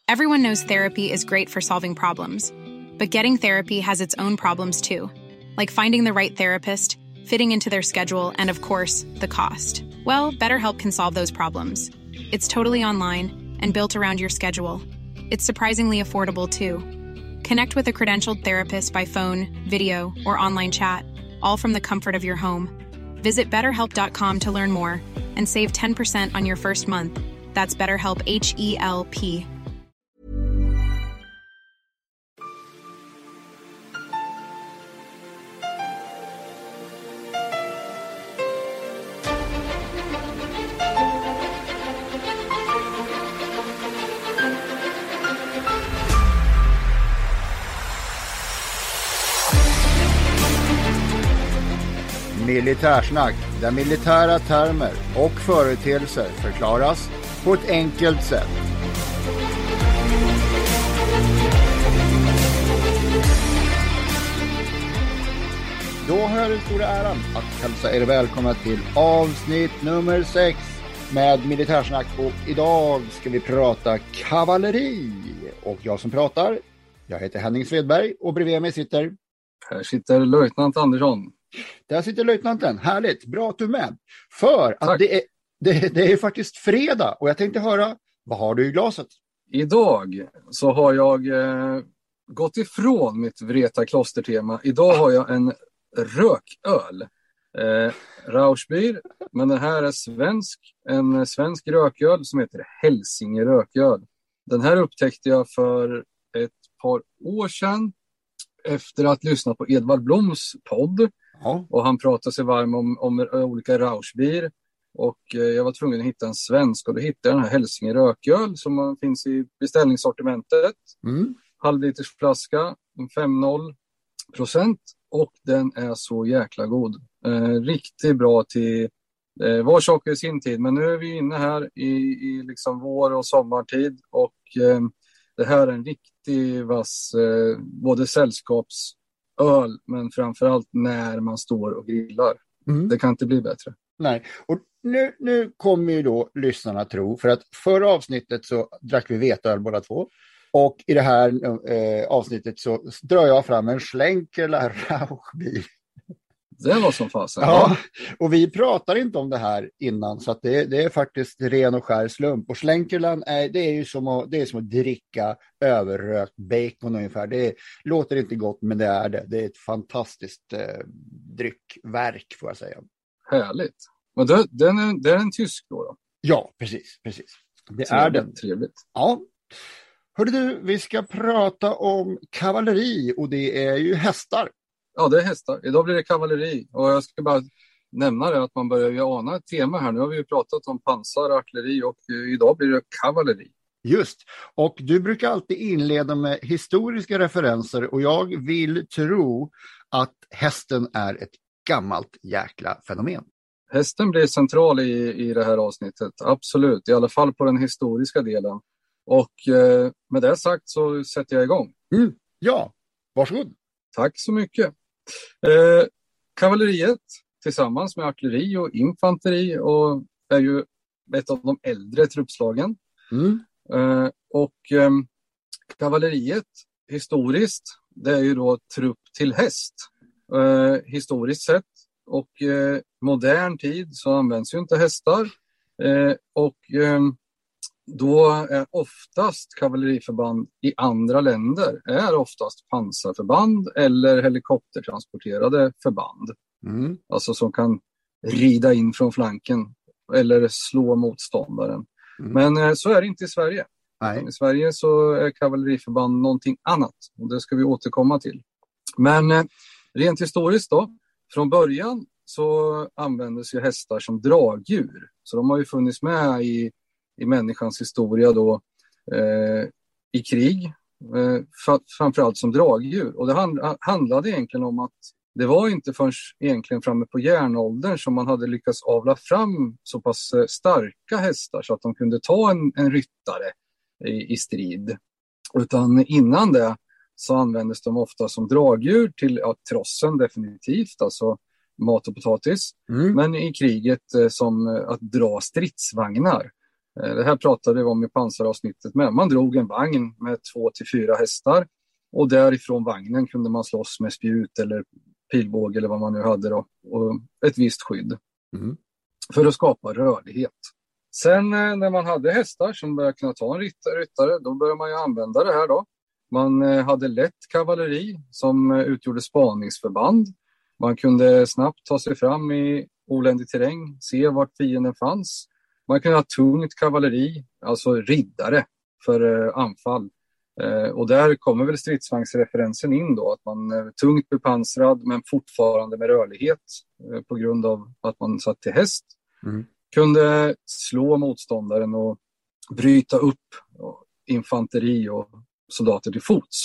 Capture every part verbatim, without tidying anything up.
Everyone knows therapy is great for solving problems, but getting therapy has its own problems too, like finding the right therapist, fitting into their schedule, and of course, the cost. Well, BetterHelp can solve those problems. It's totally online and built around your schedule. It's surprisingly affordable too. Connect with a credentialed therapist by phone, video, or online chat, all from the comfort of your home. Visit better help dot com to learn more and save ten percent on your first month. That's BetterHelp, H E L P. Militärsnack, där militära termer och företeelser förklaras på ett enkelt sätt. Då har jag den stora äran att hälsa er välkomna till avsnitt nummer sex med Militärsnack, och idag ska vi prata kavalleri. Och jag som pratar, jag heter Henning Svedberg och bredvid mig sitter... Här sitter löjtnant Andersson. Där sitter löjtnanten. Härligt, bra att du är med. För att det är, det, det är faktiskt fredag och jag tänkte höra, vad har du i glaset? Idag så har jag eh, gått ifrån mitt Vreta klostertema. Idag har jag en rököl. Eh, Rauschbier, men den här är svensk. En svensk rököl som heter Hälsinge rököl. Den här upptäckte jag för ett par år sedan efter att lyssna på Edvard Bloms podd. Ja. Och han pratade sig varm om, om olika Rauschbier. Och eh, jag var tvungen att hitta en svensk. Och då hittade jag den här Hälsinge rököl som finns i beställningssortimentet. Mm. Halvlitersflaska, fem komma noll procent. Och den är så jäkla god. Eh, riktigt bra till eh, var sak i sin tid. Men nu är vi inne här i, i liksom vår- och sommartid. Och eh, det här är en riktig vass, eh, både sällskapsöl, men framförallt när man står och grillar. Mm. Det kan inte bli bättre. Nej, och nu, nu kommer ju då lyssnarna tro, för att förra avsnittet så drack vi veteöl båda två. Och i det här eh, avsnittet så drar jag fram en Schlenkerla Rauschbier. Det var som fasen. Ja, och vi pratar inte om det här innan, så att det, det är faktiskt ren och skär slump. Och Schlenkerlan är, det är ju som att, det är som att dricka överrökt bacon ungefär. Det är, låter inte gott, men det är det. Det är ett fantastiskt eh, dryckverk, får jag säga. Härligt. Men det, den är, det är en tysk då, då? Ja, precis. precis. Det trevligt, är den. Trevligt. Ja. Hörde du, vi ska prata om kavalleri, och det är ju hästar. Ja, det är hästar. Idag blir det kavalleri. Och jag ska bara nämna det att man börjar ju ana ett tema här. Nu har vi ju pratat om pansar, artilleri och idag blir det kavalleri. Just. Och du brukar alltid inleda med historiska referenser, och jag vill tro att hästen är ett gammalt jäkla fenomen. Hästen blir central i, i det här avsnittet. Absolut. I alla fall på den historiska delen. Och eh, med det sagt så sätter jag igång. Mm. Ja, varsågod. Tack så mycket. Eh, kavalleriet tillsammans med artilleri och infanteri och är ju ett av de äldre truppslagen. Mm. Eh, och eh, kavalleriet historiskt, det är ju då trupp till häst. Eh, historiskt sett. Och eh, modern tid så används ju inte hästar. Eh, och eh, då är oftast kavalleriförband i andra länder är oftast pansarförband eller helikoptertransporterade förband. Mm. Alltså som kan rida in från flanken eller slå motståndaren. Mm. Men eh, så är det inte i Sverige. I Sverige så är kavalleriförband någonting annat. Och det ska vi återkomma till. Men eh, rent historiskt då. Från början så användes ju hästar som dragdjur. Så de har ju funnits med i, i människans historia då eh, i krig. Eh, framförallt som dragdjur. Och det hand, handlade egentligen om att det var inte förrän egentligen framme på järnåldern som man hade lyckats avla fram så pass starka hästar så att de kunde ta en, en ryttare i, i strid. Utan innan det så användes de ofta som dragdjur till ja, trossen definitivt, alltså mat och potatis. Mm. Men i kriget eh, som att dra stridsvagnar. Det här pratade vi om i pansaravsnittet med. Man drog en vagn med två till fyra hästar och därifrån vagnen kunde man slåss med spjut eller pilbåge eller vad man nu hade då, och ett visst skydd. Mm. För att skapa rörlighet. Sen när man hade hästar som började kunna ta en ryttare, då började man ju använda det här då. Man hade lätt kavalleri som utgjorde spaningsförband. Man kunde snabbt ta sig fram i oländig terräng, se vart fienden fanns. Man kunde ha tungt kavalleri, alltså riddare för anfall. Och där kommer väl stridsvagnsreferensen in då, att man är tungt bepansrad men fortfarande med rörlighet på grund av att man satt till häst. Mm. Kunde slå motståndaren och bryta upp infanteri och soldater till fots.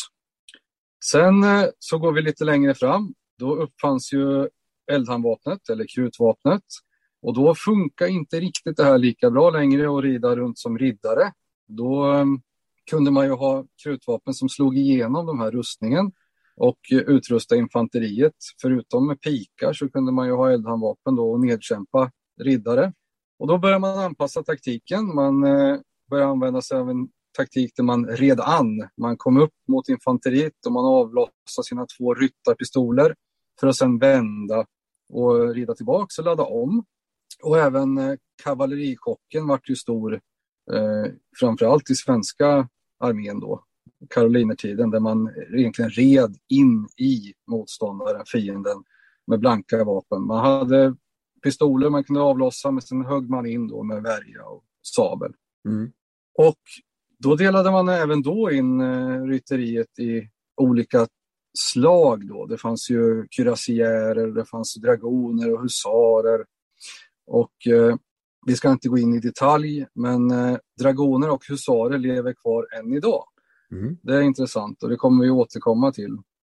Sen så går vi lite längre fram. Då uppfanns ju eldhandvapnet eller krutvapnet. Och då funkar inte riktigt det här lika bra längre att rida runt som riddare. Då um, kunde man ju ha krutvapen som slog igenom de här rustningen och uh, utrusta infanteriet. Förutom med pikar så kunde man ju ha eldhandvapen då och nedkämpa riddare. Och då börjar man anpassa taktiken. Man uh, börjar använda sig av en taktik där man red an. Man kom upp mot infanteriet och man avlossade sina två ryttarpistoler för att sedan vända och rida tillbaka och ladda om. Och även eh, kavallerichocken var ju stor, eh, framförallt i svenska armén då, karolinertiden, där man egentligen red in i motståndaren, fienden, med blanka vapen. Man hade pistoler man kunde avlossa, men sen högg man in då med värja och sabel. Mm. Och då delade man även då in eh, rytteriet i olika slag då. Det fanns ju kürassiärer, det fanns dragoner och husarer. Och eh, vi ska inte gå in i detalj, men eh, dragoner och husarer lever kvar än idag. Mm. Det är intressant och det kommer vi återkomma till.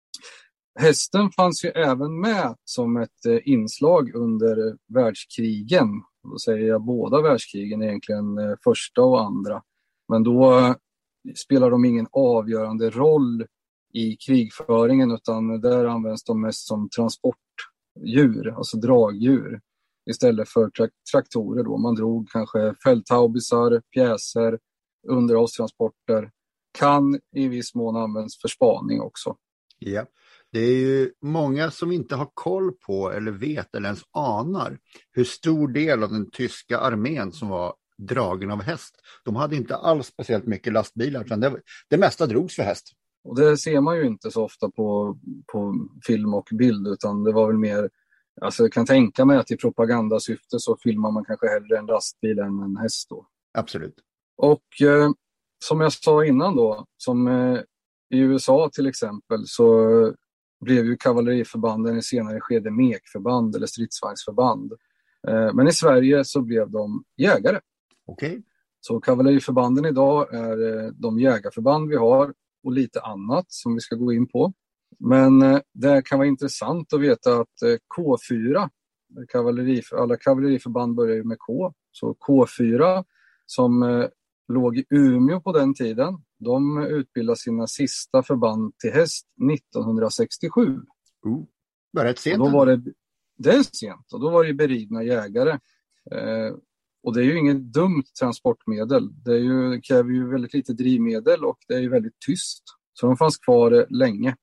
Hästen fanns ju även med som ett eh, inslag under världskrigen. Då säger jag båda världskrigen, egentligen eh, första och andra. Men då eh, spelar de ingen avgörande roll i krigföringen, utan där används de mest som transportdjur, alltså dragdjur. Istället för tra- traktorer då. Man drog kanske fälthaubisar, pjäser, underhållstransporter. Kan i viss mån användas för spaning också. Ja, det är ju många som inte har koll på eller vet eller ens anar hur stor del av den tyska armén som var dragen av häst. De hade inte alls speciellt mycket lastbilar, utan det, det mesta drogs för häst. Och det ser man ju inte så ofta på, på film och bild, utan det var väl mer, alltså jag kan tänka mig att i propagandasyfte så filmar man kanske hellre en lastbil än en häst då. Absolut. Och eh, som jag sa innan då, som eh, i U S A till exempel, så blev ju kavalleriförbanden i senare skede mekförband eller stridsvagnsförband. Eh, men i Sverige så blev de jägare. Okej. Okay. Så kavalleriförbanden idag är eh, de jägarförband vi har och lite annat som vi ska gå in på. Men eh, det kan vara intressant att veta att eh, K fyra, kavalleri, alla kavalleriförband börjar ju med K. Så K fyra som eh, låg i Umeå på den tiden, de utbildade sina sista förband till häst nittonhundrasextiosju. Uh, var det sent? Då var det, det är sent, och då var det beridna jägare. Eh, och det är ju inget dumt transportmedel. Det är ju, kräver ju väldigt lite drivmedel och det är ju väldigt tyst. Så de fanns kvar eh, länge.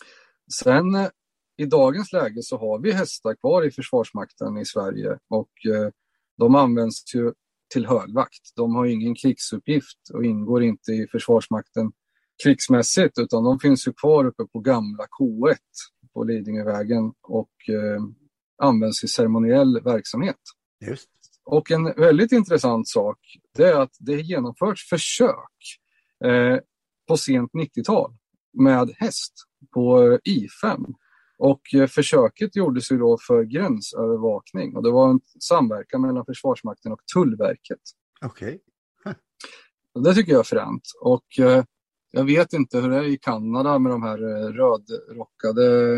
Sen eh, i dagens läge så har vi hästar kvar i Försvarsmakten i Sverige, och eh, de används ju till högvakt. De har ingen krigsuppgift och ingår inte i Försvarsmakten krigsmässigt, utan de finns ju kvar uppe på gamla K ett på Lidingövägen och eh, används i ceremoniell verksamhet. Just. Och en väldigt intressant sak, det är att det genomförts försök eh, på sent nittiotal med häst på I fem. Och eh, försöket gjordes ju då för gränsövervakning, och det var en samverkan mellan Försvarsmakten och Tullverket. Okej. Okay. Det tycker jag är fränt. Och eh, jag vet inte hur det är i Kanada med de här eh, rödrockade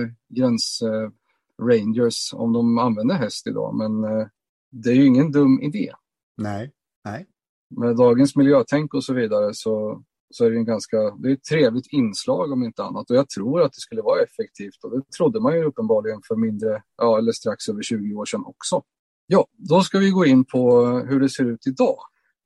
gränsrangers, eh, om de använder häst idag, men eh, det är ju ingen dum idé. Nej, nej. Med dagens miljötänk och så vidare så, så är det en ganska, det är ett trevligt inslag om inte annat. Och jag tror att det skulle vara effektivt. Och det trodde man ju uppenbarligen för mindre, ja, eller strax över tjugo år sedan också. Ja, då ska vi gå in på hur det ser ut idag.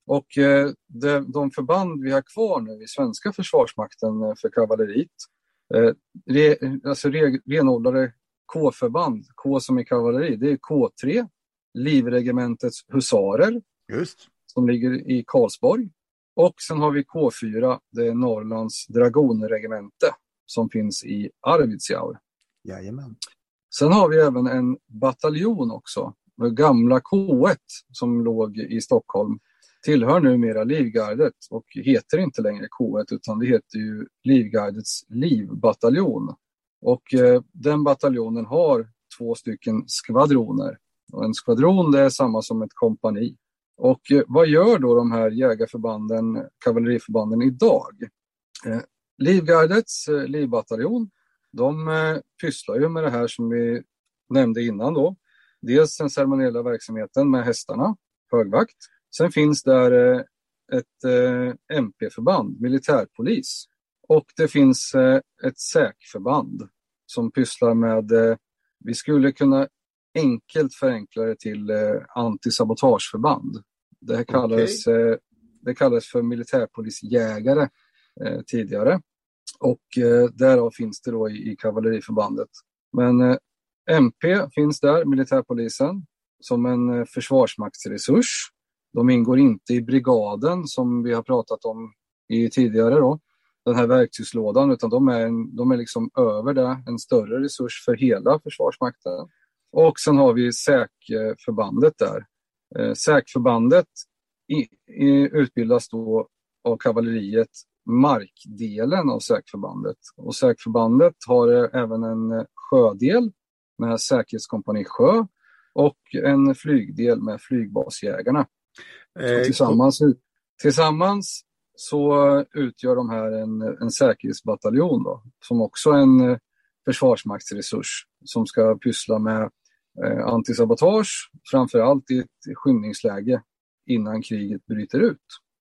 Och eh, de, de förband vi har kvar nu i svenska försvarsmakten eh, för kavalleriet, eh, re, alltså re, renodlade K-förband, K som i kavalleri, det är K tre, Livregementets husarer, Just. som ligger i Karlsborg. Och sen har vi K fyra, det är Norrlands dragonregemente som finns i Arvidsjaur. Jajamän. Sen har vi även en bataljon också, gamla K ett som låg i Stockholm. Tillhör numera Livgardet och heter inte längre K ett utan det heter ju Livgardets livbataljon. Och eh, den bataljonen har två stycken skvadroner. Och en skvadron det är samma som ett kompani. Och eh, vad gör då de här jägarförbanden, kavalleriförbanden idag? Eh, Livgardets eh, livbataljon, de eh, pysslar ju med det här som vi nämnde innan då. Dels den ceremoniella verksamheten med hästarna, högvakt. Sen finns där eh, ett eh, M P-förband, militärpolis. Och det finns eh, ett säkförband som pysslar med, eh, vi skulle kunna enkelt förenkla det till eh, antisabotageförband. Det här kallades, okay. eh, det kallades för militärpolisjägare eh, tidigare. Och eh, därav finns det då i, i kavalleriförbandet. Men eh, M P finns där, militärpolisen, som en eh, försvarsmaktsresurs. De ingår inte i brigaden som vi har pratat om i tidigare då, den här verktygslådan, utan de är, en, de är liksom över det, en större resurs för hela försvarsmakten. Och sen har vi säkförbandet där. Eh, säkförbandet i, i, utbildas då av kavalleriet, markdelen av säkförbandet. Och säkförbandet har eh, även en sjödel med säkerhetskompani sjö och en flygdel med flygbasjägarna. Eh, tillsammans, tillsammans så utgör de här en, en säkerhetsbataljon då, som också är en försvarsmaktsresurs som ska pyssla med eh, antisabotage, framförallt i ett skymningsläge innan kriget bryter ut.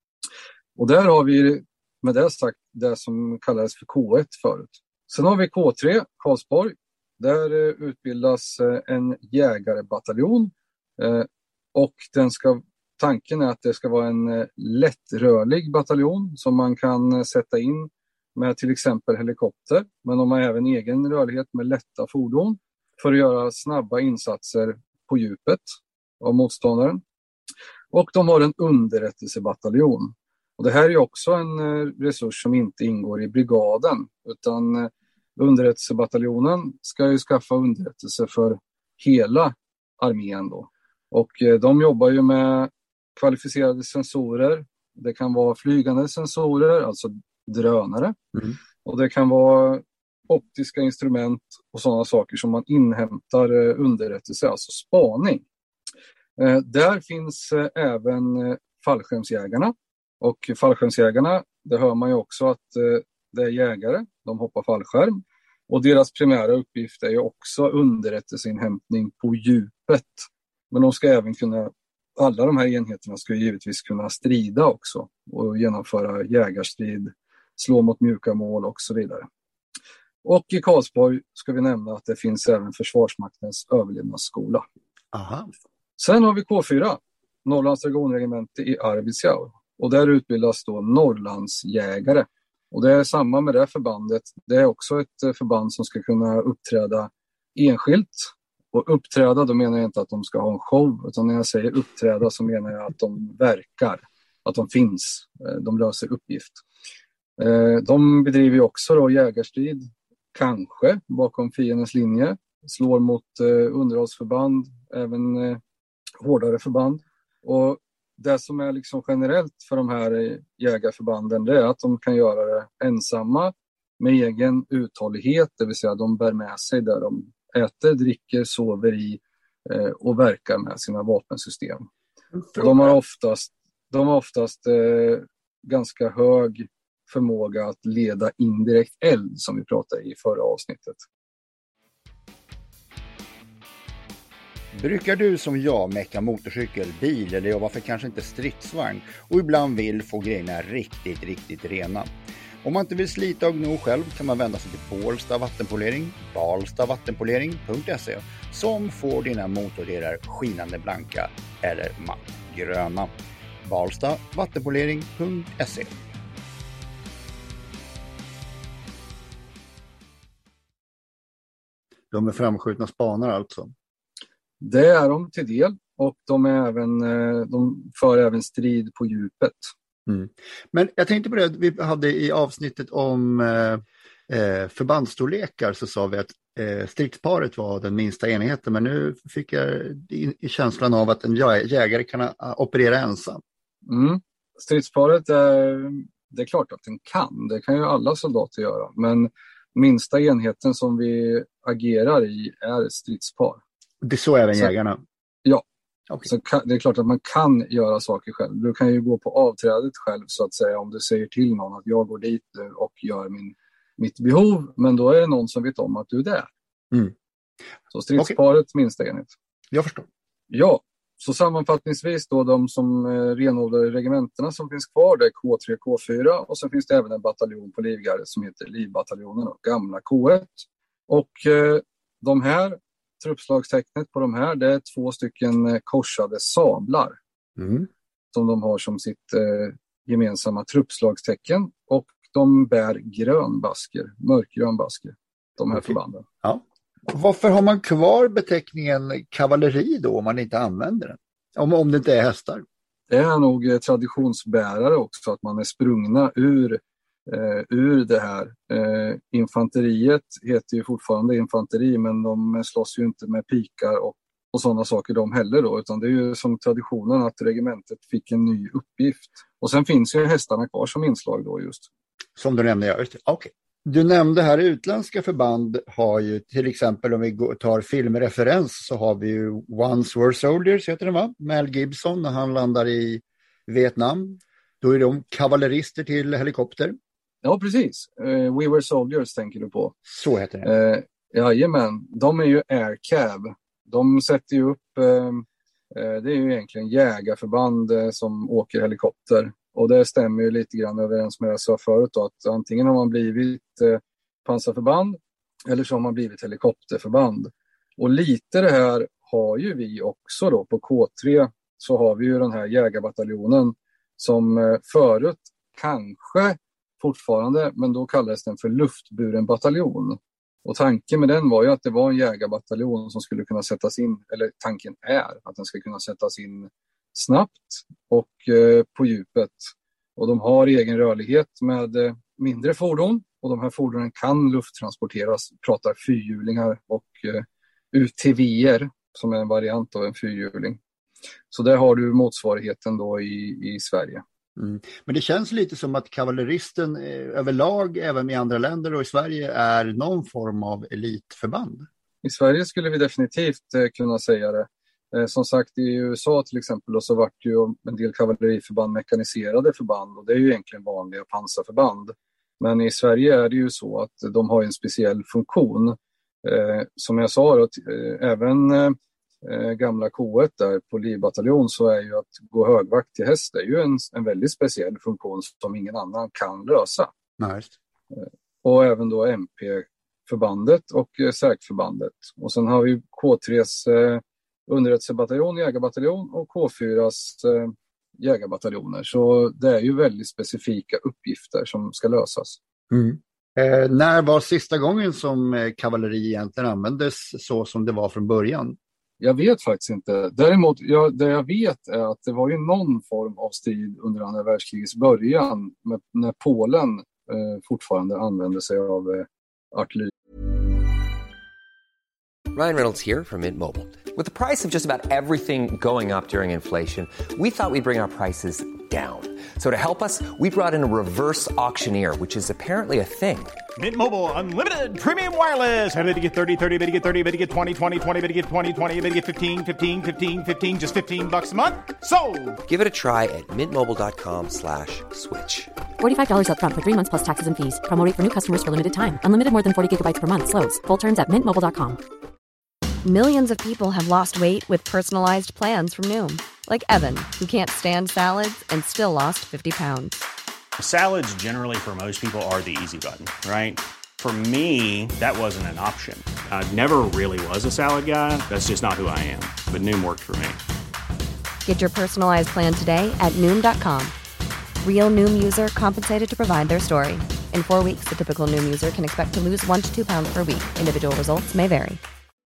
Och där har vi med det sagt det som kallades för K ett förut. Sen har vi K tre, Karlsborg. Där eh, utbildas eh, en jägarebataljon eh, och den ska tanken är att det ska vara en eh, lättrörlig bataljon som man kan eh, sätta in med till exempel helikopter. Men de har även egen rörlighet med lätta fordon för att göra snabba insatser på djupet av motståndaren. Och de har en underrättelsebataljon. Och det här är också en eh, resurs som inte ingår i brigaden, utan eh, underrättelsebataljonen ska ju skaffa underrättelse för hela armén då. Och eh, de jobbar ju med kvalificerade sensorer. Det kan vara flygande sensorer, alltså drönare. Mm. Och det kan vara optiska instrument och sådana saker som man inhämtar eh, underrättelse, alltså spaning. Eh, där finns eh, även eh, fallskärmsjägarna. Och fallskärmsjägarna, det hör man ju också att eh, det är jägare, de hoppar fallskärm. Och deras primära uppgift är ju också underrättelseinhämtning på djupet. Men de ska även kunna, alla de här enheterna ska givetvis kunna strida också. Och genomföra jägarstrid, slå mot mjuka mål och så vidare. Och i Karlsborg ska vi nämna att det finns även Försvarsmaktens överlevnadsskola. Aha. Sen har vi K fyra, Norrlands dragonregemente i Arvidsjaur. Och där utbildas då Norrlandsjägare. Och det är samma med det förbandet. Det är också ett förband som ska kunna uppträda enskilt. Och uppträda, då menar jag inte att de ska ha en show. Utan när jag säger uppträda så menar jag att de verkar. Att de finns. De löser uppgift. De bedriver ju också då jägarstrid. Kanske bakom fiendens linje. Slår mot underhållsförband. Även hårdare förband. Och det som är liksom generellt för de här jägarförbanden, det är att de kan göra det ensamma med egen uthållighet, det vill säga de bär med sig där de äter, dricker, sover i eh, och verkar med sina vapensystem. De har oftast, de har oftast eh, ganska hög förmåga att leda indirekt eld, som vi pratade i förra avsnittet. Brukar du som jag mecka motorcykel, bil eller varför kanske inte stridsvagn och ibland vill få grejerna riktigt, riktigt rena? Om man inte vill slita och gno själv kan man vända sig till Bålsta vattenpolering, balsta vattenpolering punkt se, som får dina motordelar skinande blanka eller matt gröna. balsta vattenpolering punkt se. De är framskjutna spanare alltså? Det är de till del, och de, är även, de för även strid på djupet. Mm. Men jag tänkte på det, vi hade i avsnittet om eh, förbandsstorlekar så sa vi att eh, stridsparet var den minsta enheten, men nu fick jag i, i känslan av att en jägare kan a, operera ensam. Mm. Stridsparet, är, det är klart att den kan, det kan ju alla soldater göra, men minsta enheten som vi agerar i är stridspar. Det är så även så, jägarna? Ja, okay. Så kan, det är klart att man kan göra saker själv. Du kan ju gå på avträdet själv så att säga, om du säger till någon att jag går dit och gör min, mitt behov, men då är det någon som vet om att du är där. Mm. Så stridsparet, okay. Minsta enhet. Jag förstår. Ja, så sammanfattningsvis då de som eh, renodlade regementerna som finns kvar, det är K tre, K fyra, och sen finns det även en bataljon på Livgardet som heter Livbataljonen och gamla K ett. Och eh, de här truppslagstecknet på de här, det är två stycken korsade sablar mm. som de har som sitt eh, gemensamma truppslagstecken, och de bär grönbasker, mörkgrönbasker, de här okay. förbanden. Ja. Varför har man kvar beteckningen kavalleri då om man inte använder den? Om, om det inte är hästar? Det är nog eh, traditionsbärare också, att man är sprungna ur Uh, ur det här. Uh, infanteriet heter ju fortfarande infanteri, men de slåss ju inte med pikar och, och sådana saker de heller då, utan det är ju som traditionen att regementet fick en ny uppgift. Och sen finns ju hästarna kvar som inslag då just. Som du nämnde, ja, just det. Okay. Du nämnde här utländska förband har ju till exempel, om vi tar filmreferens, så har vi ju Once Were Soldiers, heter det va? Mel Gibson när han landar i Vietnam. Då är de kavallerister till helikopter. Ja, precis. Uh, We Were Soldiers tänker du på. Så heter det. Uh, jajamän, de är ju Air Cav. De sätter ju upp, uh, uh, det är ju egentligen jägarförband uh, som åker helikopter. Och det stämmer ju lite grann överens med det jag sa förut då, att antingen har man blivit uh, pansarförband eller så har man blivit helikopterförband. Och lite det här har ju vi också då på K tre, så har vi ju den här jägarbataljonen som uh, förut kanske fortfarande, men då kallades den för luftburen bataljon. Och tanken med den var ju att det var en jägarbataljon som skulle kunna sättas in, eller tanken är att den ska kunna sättas in snabbt och eh, på djupet. Och de har egen rörlighet med eh, mindre fordon, och de här fordonen kan lufttransporteras, pratar fyrhjulingar och eh, U T V-er som är en variant av en fyrhjuling. Så där har du motsvarigheten då i, i Sverige. Mm. Men det känns lite som att kavalleristen eh, överlag, även i andra länder och i Sverige, är någon form av elitförband. I Sverige skulle vi definitivt eh, kunna säga det. Eh, som sagt, i U S A till exempel, och så vart ju en del kavalleriförband mekaniserade förband, och det är ju egentligen vanliga pansarförband. Men i Sverige är det ju så att de har en speciell funktion. Eh, som jag sa, då, eh, även eh, gamla K ett där på Livbataljon, så är ju att gå högvakt till häst, det är ju en, en väldigt speciell funktion som ingen annan kan lösa. Nice. Och även då M P-förbandet och eh, särkförbandet. Och sen har vi K tre:s eh, underrättelsebataljon, jägarbataljon, och K fyras eh, jägarbataljoner. Så det är ju väldigt specifika uppgifter som ska lösas. Mm. Eh, när var sista gången som eh, kavalleri egentligen användes så som det var från början? Jag vet faktiskt inte. Däremot, jag, det jag vet är att det var ju någon form av strid under andra världskrigets början med, när Polen eh, fortfarande använde sig av eh, artilleri. Ryan Reynolds here from Mint Mobile. With the price of just about everything going up during inflation, we thought we'd bring our prices down. So to help us, we brought in a reverse auctioneer, which is apparently a thing. Mint Mobile Unlimited Premium Wireless. How to get thirty, thirty, how to get thirty, how to get twenty, twenty, twenty, how to get twenty, twenty, how to get fifteen, fifteen, fifteen, fifteen, just fifteen bucks a month? Sold! Give it a try at mintmobile.com slash switch. forty-five dollars up front for three months plus taxes and fees. Promo rate for new customers for limited time. Unlimited more than forty gigabytes per month. Slows full terms at mint mobile dot com. Millions of people have lost weight with personalized plans from Noom. Like Evan, who can't stand salads and still lost fifty pounds. Salads generally for most people are the easy button, right? For me, that wasn't an option. I never really was a salad guy. That's just not who I am. But Noom worked for me. Get your personalized plan today at noom dot com. Real Noom user compensated to provide their story. In four weeks, the typical Noom user can expect to lose one to two pounds per week. Individual results may vary.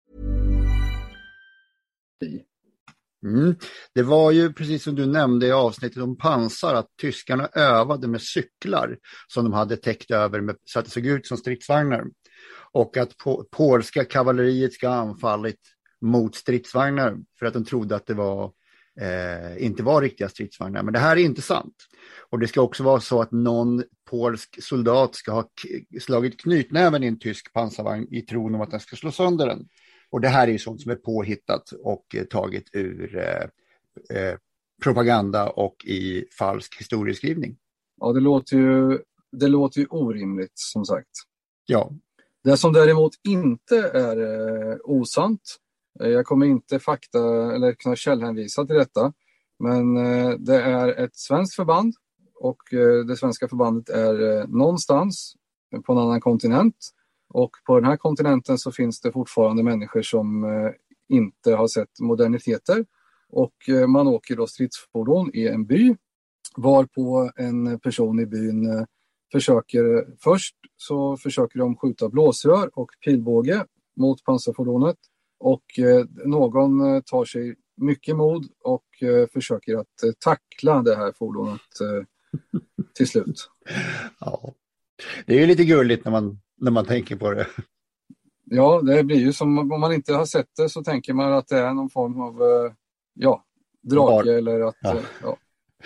Mm. Det var ju precis som du nämnde i avsnittet om pansar att tyskarna övade med cyklar som de hade täckt över med, så att det såg ut som stridsvagnar. Och att po- polska kavalleriet ska ha anfallit mot stridsvagnar för att de trodde att det var eh, inte var riktiga stridsvagnar. Men det här är inte sant. Och det ska också vara så att någon polsk soldat ska ha k- slagit knytnäven i en tysk pansarvagn i tron om att den ska slå sönder den. Och det här är ju sånt som är påhittat och eh, taget ur eh, eh, propaganda och i falsk historieskrivning. Ja, det låter ju, det låter ju orimligt som sagt. Ja. Det som däremot inte är eh, osant, eh, jag kommer inte fakta eller kunna källhänvisa till detta, men eh, det är ett svenskt förband och eh, det svenska förbandet är eh, någonstans på en annan kontinent. Och på den här kontinenten så finns det fortfarande människor som eh, inte har sett moderniteter. Och eh, man åker då stridsfordon i en by, varpå en person i byn eh, försöker, först så försöker de skjuta blåsrör och pilbåge mot pansarfordonet. Och eh, någon eh, tar sig mycket mod och eh, försöker att eh, tackla det här fordonet eh, till slut. Ja, det är ju lite gulligt när man när man tänker på det. Ja, det blir ju som om man inte har sett det så tänker man att det är någon form av ja, drake Var. eller att ja. Ja.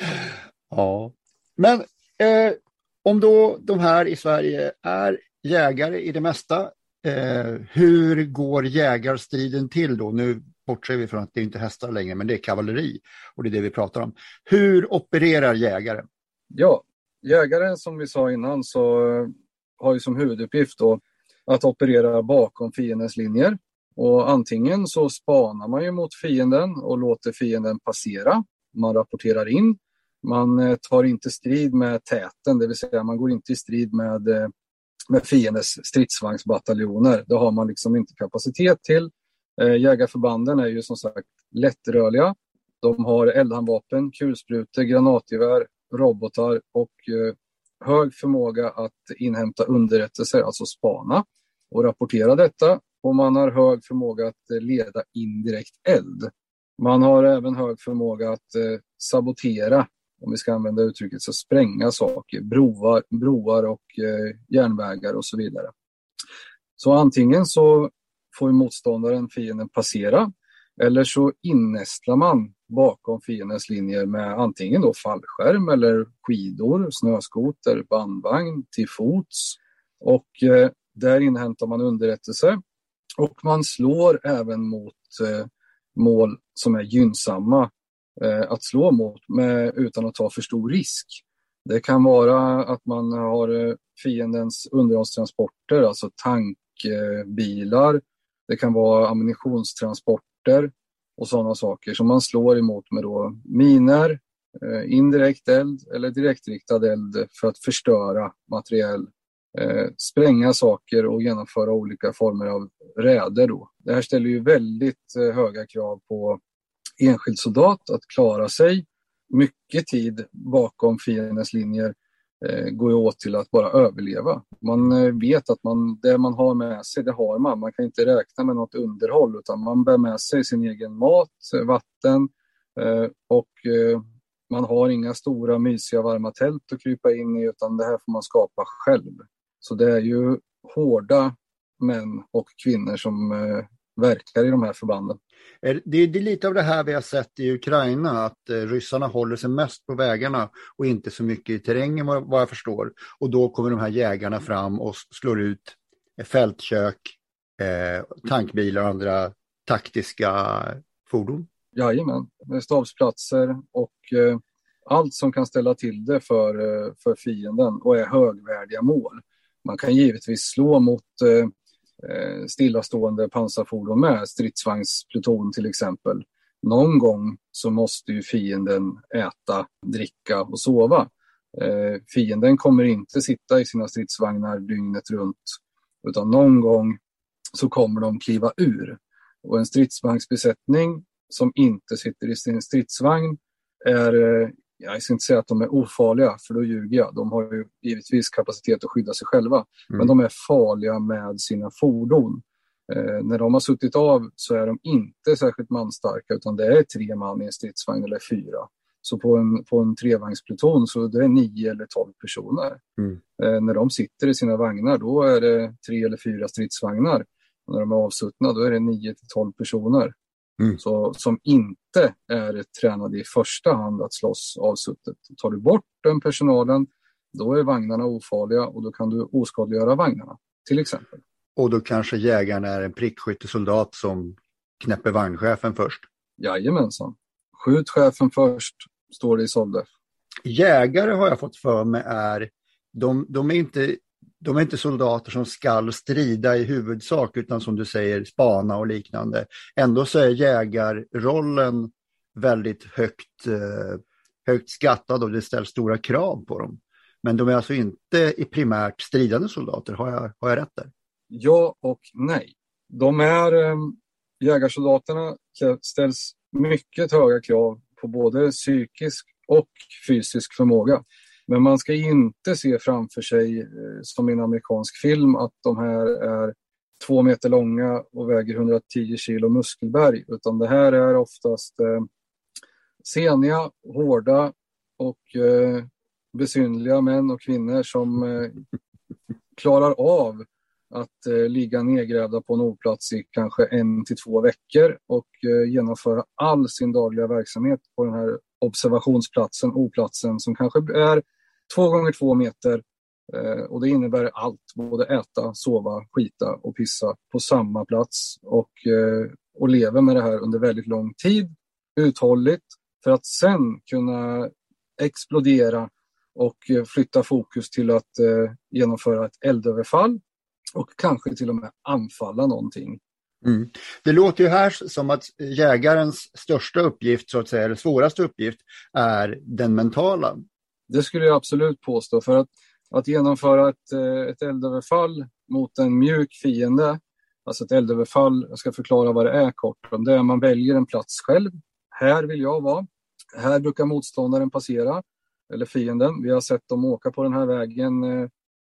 ja. Men eh, om då de här i Sverige är jägare i det mesta, eh, hur går jägarstriden till då? Nu bortser vi från att det inte är hästar längre, men det är kavalleri och det är det vi pratar om. Hur opererar jägare? Ja, jägare som vi sa innan så har ju som huvuduppgift då att operera bakom fiendens linjer. Och antingen så spanar man ju mot fienden och låter fienden passera. Man rapporterar in. Man tar inte strid med täten, det vill säga man går inte i strid med, med fiendens stridsvagnsbataljoner. Det har man liksom inte kapacitet till. Jägarförbanden är ju som sagt lättrörliga. De har eldhandvapen, kulsprutor, granatgevär, robotar och hög förmåga att inhämta underrättelser, alltså spana och rapportera detta. Och man har hög förmåga att leda indirekt eld. Man har även hög förmåga att eh, sabotera, om vi ska använda uttrycket, så spränga saker, broar, broar och eh, järnvägar och så vidare. Så antingen så får motståndaren, fienden, passera, eller så innästlar man bakom fiendens linjer med antingen då fallskärm eller skidor, snöskoter, bandvagn till fots. Och eh, där inhämtar man underrättelse. Och man slår även mot eh, mål som är gynnsamma eh, att slå mot med, utan att ta för stor risk. Det kan vara att man har eh, fiendens underhållstransporter, alltså tankbilar. Eh, det kan vara ammunitionstransporter och sådana saker som man slår emot med då miner, eh, indirekt eld eller direktriktad eld för att förstöra materiell, eh, spränga saker och genomföra olika former av räder då. Det här ställer ju väldigt eh, höga krav på enskild soldat att klara sig. Mycket tid bakom fiendens linjer eh, går ju åt till att bara överleva. Man eh, vet att man, det man har med sig, det har man. Man kan inte räkna med något underhåll, utan man bär med sig sin egen mat, vatten eh, och eh, man har inga stora mysiga varma tält att krypa in i, utan det här får man skapa själv. Så det är ju hårda män och kvinnor som eh, verkar i de här förbanden. Det är lite av det här vi har sett i Ukraina, att ryssarna håller sig mest på vägarna och inte så mycket i terrängen vad jag förstår. Och då kommer de här jägarna fram och slår ut fältkök, eh, tankbilar och andra taktiska fordon. Jajamän, med stabsplatser och eh, allt som kan ställa till det för, eh, för fienden och är högvärdiga mål. Man kan givetvis slå mot eh, stillastående pansarfordon med stridsvagnspluton till exempel. Någon gång så måste ju fienden äta, dricka och sova. Eh, fienden kommer inte sitta i sina stridsvagnar dygnet runt, utan någon gång så kommer de kliva ur. Och en stridsvagnsbesättning som inte sitter i sin stridsvagn är, jag ska inte säga att de är ofarliga, för då ljuger jag. De har ju givetvis kapacitet att skydda sig själva. Mm. Men de är farliga med sina fordon. Eh, när de har suttit av så är de inte särskilt manstarka, utan det är tre man i en stridsvagn eller fyra. Så på en, på en trevagnspluton så det är nio eller tolv personer. Mm. Eh, när de sitter i sina vagnar då är det tre eller fyra stridsvagnar. Och när de är avsuttna då är det nio till tolv personer. Mm. Så, som inte är tränade i första hand att slåss avsuttet. Tar du bort den personalen, då är vagnarna ofarliga och då kan du oskadliggöra vagnarna, till exempel. Och då kanske jägaren är en prickskyttesoldat som knäpper vagnchefen först? Jajamensan. Skjut chefen först, står det i Soldef. Jägare har jag fått för mig är, de, de är inte... De är inte soldater som skall strida i huvudsak, utan som du säger spana och liknande. Ändå så är jägarrollen väldigt högt, eh, högt skattad och det ställs stora krav på dem. Men de är alltså inte i primärt stridande soldater, har jag, har jag rätt där? Ja och nej. De är, eh, jägarsoldaterna ställs mycket höga krav på både psykisk och fysisk förmåga. Men man ska inte se framför sig, eh, som i en amerikansk film, att de här är två meter långa och väger hundratio kilo muskelberg. Utan det här är oftast eh, seniga, hårda och eh, besynliga män och kvinnor som eh, klarar av att eh, ligga nedgrävda på en oplats i kanske en till två veckor och eh, genomföra all sin dagliga verksamhet på den här observationsplatsen, oplatsen, som kanske är två gånger två meter eh, och det innebär allt, både äta, sova, skita och pissa på samma plats och, eh, och leva med det här under väldigt lång tid, uthålligt, för att sen kunna explodera och eh, flytta fokus till att eh, genomföra ett eldöverfall och kanske till och med anfalla någonting. Mm. Det låter ju här som att jägarens största uppgift, så att säga, eller svåraste uppgift, är den mentala. Det skulle jag absolut påstå, för att, att genomföra ett, ett eldöverfall mot en mjuk fiende, alltså ett eldöverfall, jag ska förklara vad det är kort, det är att man väljer en plats själv. Här vill jag vara, här brukar motståndaren passera, eller fienden. Vi har sett dem åka på den här vägen eh,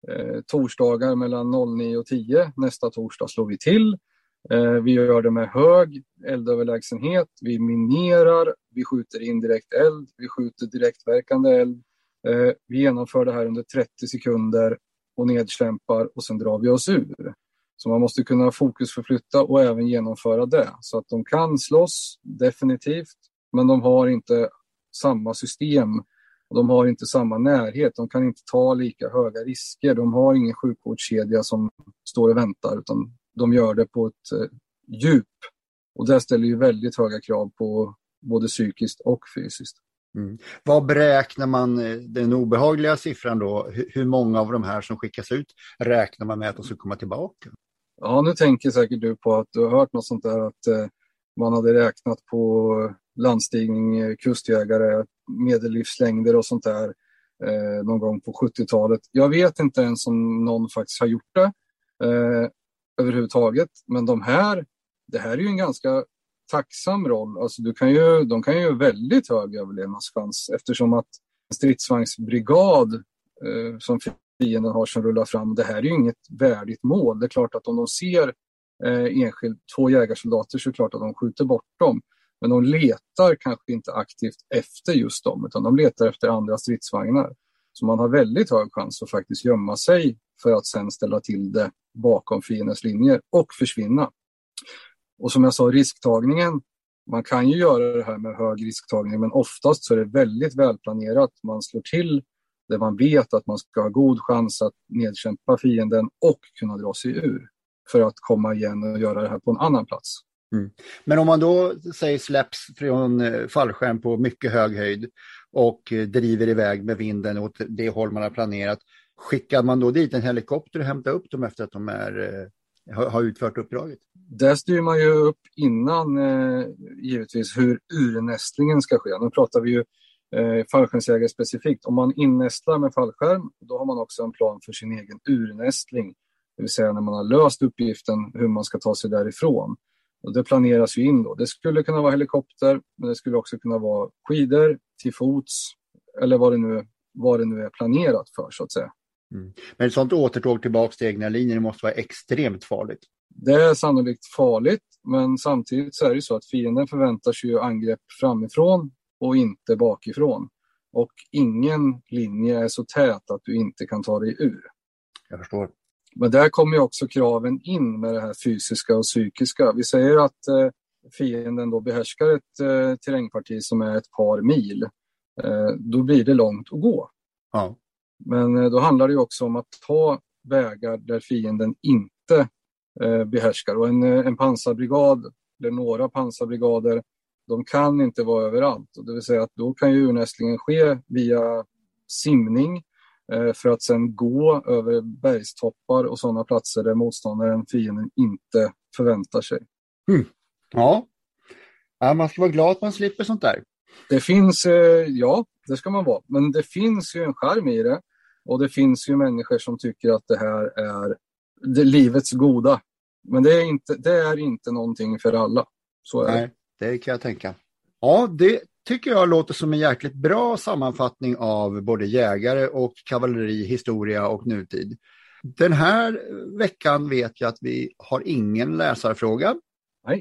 torsdagar mellan nio och tio, nästa torsdag slår vi till. Eh, vi gör det med hög eldöverlägsenhet, vi minerar, vi skjuter in direkt eld, vi skjuter direktverkande eld. Eh, vi genomför det här under trettio sekunder och nedkämpar och sen drar vi oss ur. Så man måste kunna fokusförflytta och även genomföra det. Så att de kan slåss, definitivt, men de har inte samma system. Och de har inte samma närhet, de kan inte ta lika höga risker. De har ingen sjukvårdskedja som står och väntar, utan de gör det på ett eh, djup. Och det ställer ju väldigt höga krav på både psykiskt och fysiskt. Mm. Vad beräknar man den obehagliga siffran då? Hur många av de här som skickas ut räknar man med att de ska komma tillbaka? Ja, nu tänker säkert du på att du har hört något sånt där att eh, man hade räknat på landstigning, kustjägare, medellivslängder och sånt där eh, någon gång på sjuttiotalet. Jag vet inte ens om någon faktiskt har gjort det eh, överhuvudtaget, men de här, det här är ju en ganska tacksam roll. Alltså du kan ju, de kan ju väldigt hög överlevnadschans eftersom att en stridsvagnsbrigad eh, som fienden har som rullar fram, det här är ju inget värdigt mål. Det är klart att om de ser eh, enskilt två jägarsoldater så är det klart att de skjuter bort dem. Men de letar kanske inte aktivt efter just dem, utan de letar efter andra stridsvagnar. Så man har väldigt hög chans att faktiskt gömma sig för att sen ställa till det bakom fiendens linjer och försvinna. Och som jag sa, risktagningen, man kan ju göra det här med hög risktagning, men oftast så är det väldigt välplanerat. Man slår till där man vet att man ska ha god chans att nedkämpa fienden och kunna dra sig ur för att komma igen och göra det här på en annan plats. Mm. Men om man då säger släpps från fallskärm på mycket hög höjd och driver iväg med vinden åt det håll man har planerat, skickar man då dit en helikopter och hämtar upp dem efter att de är, har utfört uppdraget? Där styr man ju upp innan eh, givetvis hur urnästlingen ska ske. Nu pratar vi ju eh, fallskärmsjägare specifikt. Om man innästlar med fallskärm, då har man också en plan för sin egen urnästling. Det vill säga när man har löst uppgiften hur man ska ta sig därifrån. Och det planeras ju in då. Det skulle kunna vara helikopter, men det skulle också kunna vara skidor, till fots eller vad det nu, vad det nu är planerat för, så att säga. Mm. Men ett sånt återtåg tillbaka till egna linjer måste vara extremt farligt. Det är sannolikt farligt, men samtidigt så är det ju så att fienden förväntar sig ju angrepp framifrån och inte bakifrån. Och ingen linje är så tät att du inte kan ta dig ur. Jag förstår. Men där kommer ju också kraven in med det här fysiska och psykiska. Vi säger att eh, fienden då behärskar ett eh, terrängparti som är ett par mil. Eh, då blir det långt att gå. Ja. Men eh, då handlar det ju också om att ta vägar där fienden inte eh, behärskar. Och en, en pansarbrigad eller några pansarbrigader, de kan inte vara överallt. Och det vill säga att då kan ju urnästlingen ske via simning eh, för att sedan gå över bergstoppar och sådana platser där motståndaren, fienden, inte förväntar sig. Mm. Ja. ja, man ska vara glad att man slipper sånt där. Det finns, eh, ja, det ska man vara. Men det finns ju en charm i det. Och det finns ju människor som tycker att det här är det livets goda. Men det är inte, det är inte någonting för alla. Så är Nej, det. det kan jag tänka. Ja, det tycker jag låter som en jäkligt bra sammanfattning av både jägare och kavalleri, historia och nutid. Den här veckan vet jag att vi har ingen läsarfråga. Nej.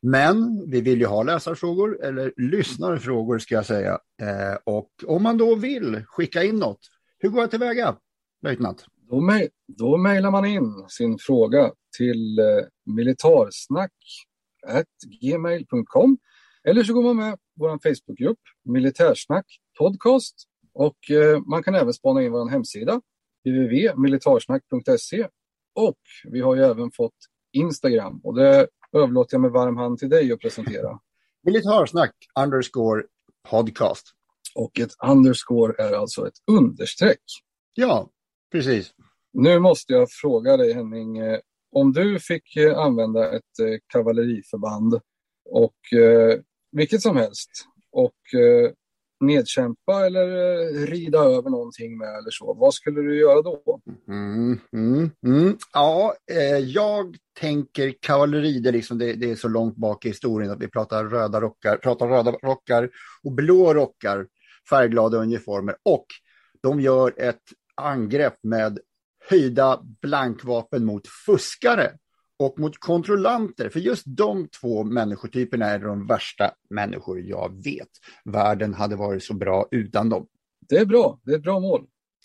Men vi vill ju ha läsarfrågor, eller lyssnarfrågor ska jag säga. Eh, och om man då vill skicka in något, hur går jag tillväga, löjtnant? Då, mej- då mejlar man in sin fråga till eh, militarsnack at gmail punkt com eller så går man med vår Facebookgrupp Militärsnack podcast och eh, man kan även spana in vår hemsida w w w punkt militarsnack punkt se och vi har ju även fått Instagram och det överlåter jag med varm hand till dig att presentera. Militarsnack underscore podcast. Och ett underscore är alltså ett understreck. Ja, precis. Nu måste jag fråga dig, Henning, eh, om du fick eh, använda ett eh, kavalleriförband och eh, vilket som helst och eh, nedkämpa eller eh, rida över någonting med eller så, vad skulle du göra då? Mm, mm, mm. Ja, eh, jag tänker kavalleri, det, liksom, det, det är så långt bak i historien att vi pratar röda rockar, pratar röda rockar och blå rockar, färgglada uniformer, och de gör ett angrepp med höjda blankvapen mot fuskare och mot kontrollanter. För just de två människotyperna är de värsta människor jag vet. Världen hade varit så bra utan dem. Det är bra, det är ett bra mål.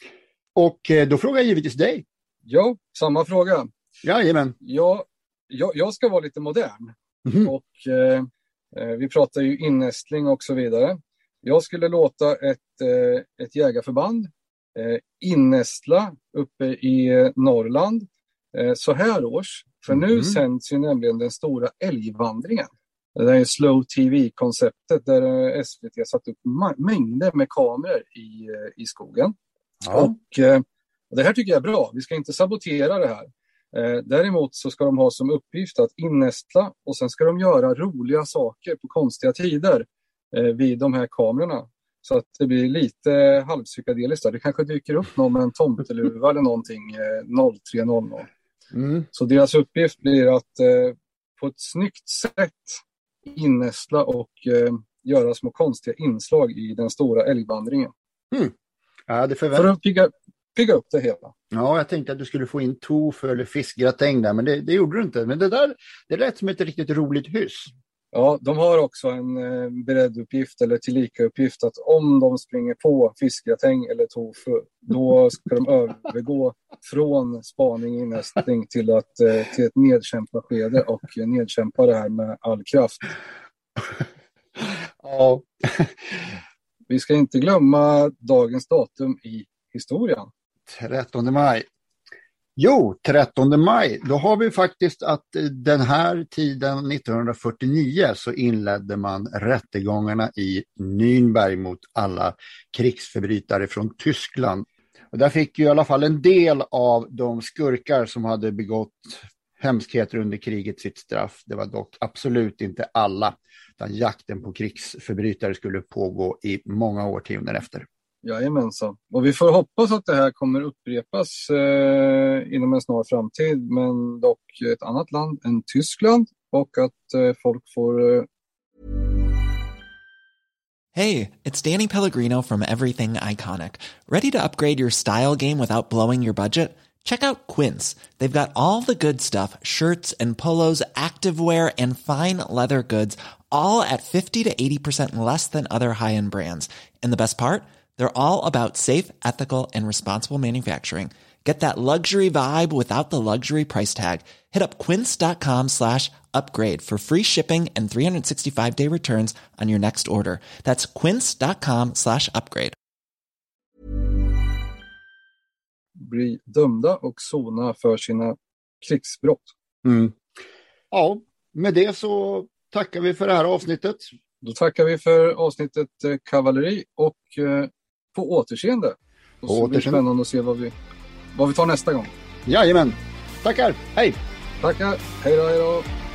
Och eh, då frågar jag givetvis dig. Ja, samma fråga. Jajamän. Ja, jag, jag ska vara lite modern. Mm. Och eh, vi pratar ju innästling och så vidare. Jag skulle låta ett, eh, ett jägarförband eh, innästla uppe i eh, Norrland eh, så här års. För mm. nu sänds ju nämligen den stora älgvandringen. Det är slow T V-konceptet där eh, S V T satt upp ma- mängder med kameror i, eh, i skogen. Ja. Och eh, det här tycker jag är bra. Vi ska inte sabotera det här. Eh, däremot så ska de ha som uppgift att innästla och sen ska de göra roliga saker på konstiga tider eh, vid de här kamerorna. Så att det blir lite halvpsykadeliskt. Det kanske dyker upp någon med en tomteluva eller någonting eh, noll tre noll noll. Mm. Så deras uppgift blir att eh, på ett snyggt sätt innästla och eh, göra små konstiga inslag i den stora älgvandringen. Mm. Ja, det förvänt- För att pigga, pigga upp det hela. Ja, jag tänkte att du skulle få in tofu eller fiskgratäng där, men det, det gjorde du inte. Men det där, det lät som ett riktigt roligt hyss. Ja, de har också en eh, beredd uppgift eller tillika uppgift att om de springer på fiskgratäng eller tofu, då ska de övergå från spaning innästling till, att, eh, till ett nedkämpa-skede och nedkämpa det här med all kraft. Ja. Vi ska inte glömma dagens datum i historien. trettonde maj. Jo, trettonde maj. Då har vi faktiskt att den här tiden nittonhundrafyrtionio så inledde man rättegångarna i Nürnberg mot alla krigsförbrytare från Tyskland. Och där fick ju i alla fall en del av de skurkar som hade begått hemskheter under kriget sitt straff. Det var dock absolut inte alla. Utan jakten på krigsförbrytare skulle pågå i många årtionden efter. Jajamensan. Och vi får hoppas att det här kommer upprepas eh, inom en snar framtid, men dock ett annat land än Tyskland. och att eh, folk får... Eh... Hey, it's Danny Pellegrino from Everything Iconic. Ready to upgrade your style game without blowing your budget? Check out Quince. They've got all the good stuff, shirts and polos, activewear and fine leather goods, all at fifty to eighty percent less than other high-end brands. And the best part? They're all about safe, ethical, and responsible manufacturing. Get that luxury vibe without the luxury price tag. Hit up quince.com slash upgrade for free shipping and three sixty-five day returns on your next order. That's quince.com slash upgrade. Bli dömda och sona för sina krigsbrott. Mm. Ja, med det så tackar vi för det här avsnittet. Då tackar vi för avsnittet eh, kavalleri och eh, på återseende. Och så blir det spännande att se vad vi, vad vi tar nästa gång. Jajamän. Tackar. Hej. Tackar. Hej då, hej då.